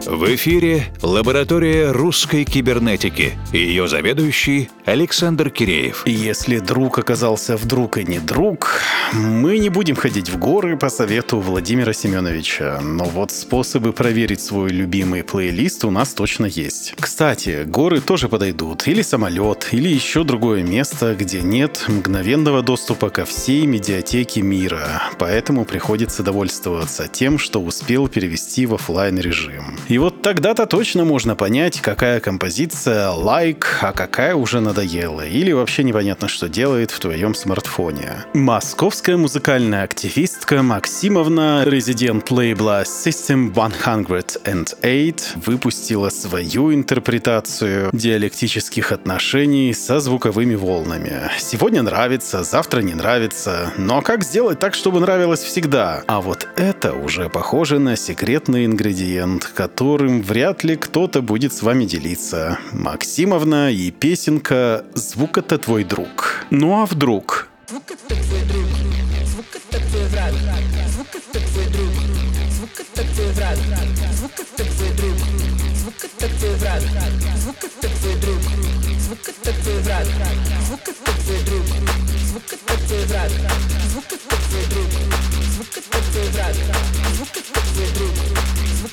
В эфире лаборатория русской кибернетики. Ее заведующий Александр Киреев. Если друг оказался вдруг и не друг, мы не будем ходить в горы по совету Владимира Семеновича. Но вот способы проверить свой любимый плейлист у нас точно есть. Кстати, горы тоже подойдут. Или самолет, или еще другое место, где нет мгновенного доступа ко всей медиатеке мира. Поэтому приходится довольствоваться тем, что успел перевести в офлайн режим. И вот тогда-то точно можно понять, какая композиция лайк, а какая уже надоела. Или вообще непонятно, что делает в твоем смартфоне. Московская музыкальная активистка Максимовна, резидент лейбла System 108, выпустила свою интерпретацию диалектических отношений со звуковыми волнами. Сегодня нравится, завтра не нравится. Но как сделать так, чтобы нравилось всегда? А вот это уже похоже на секретный ингредиент, которым вряд ли кто-то будет с вами делиться. Максимовна и песенка «Звук — это твой друг». Ну а вдруг? Звук — это твой друг, звук — это твой враг, звук — это твой друг, звук — это твой враг, звук — это твой друг, звук — это твой враг, звук — это твой друг, звук — это твой враг, звук — это твой друг, звук — это твой враг, звук — это твой друг, звук — это твой враг, звук — это твой друг.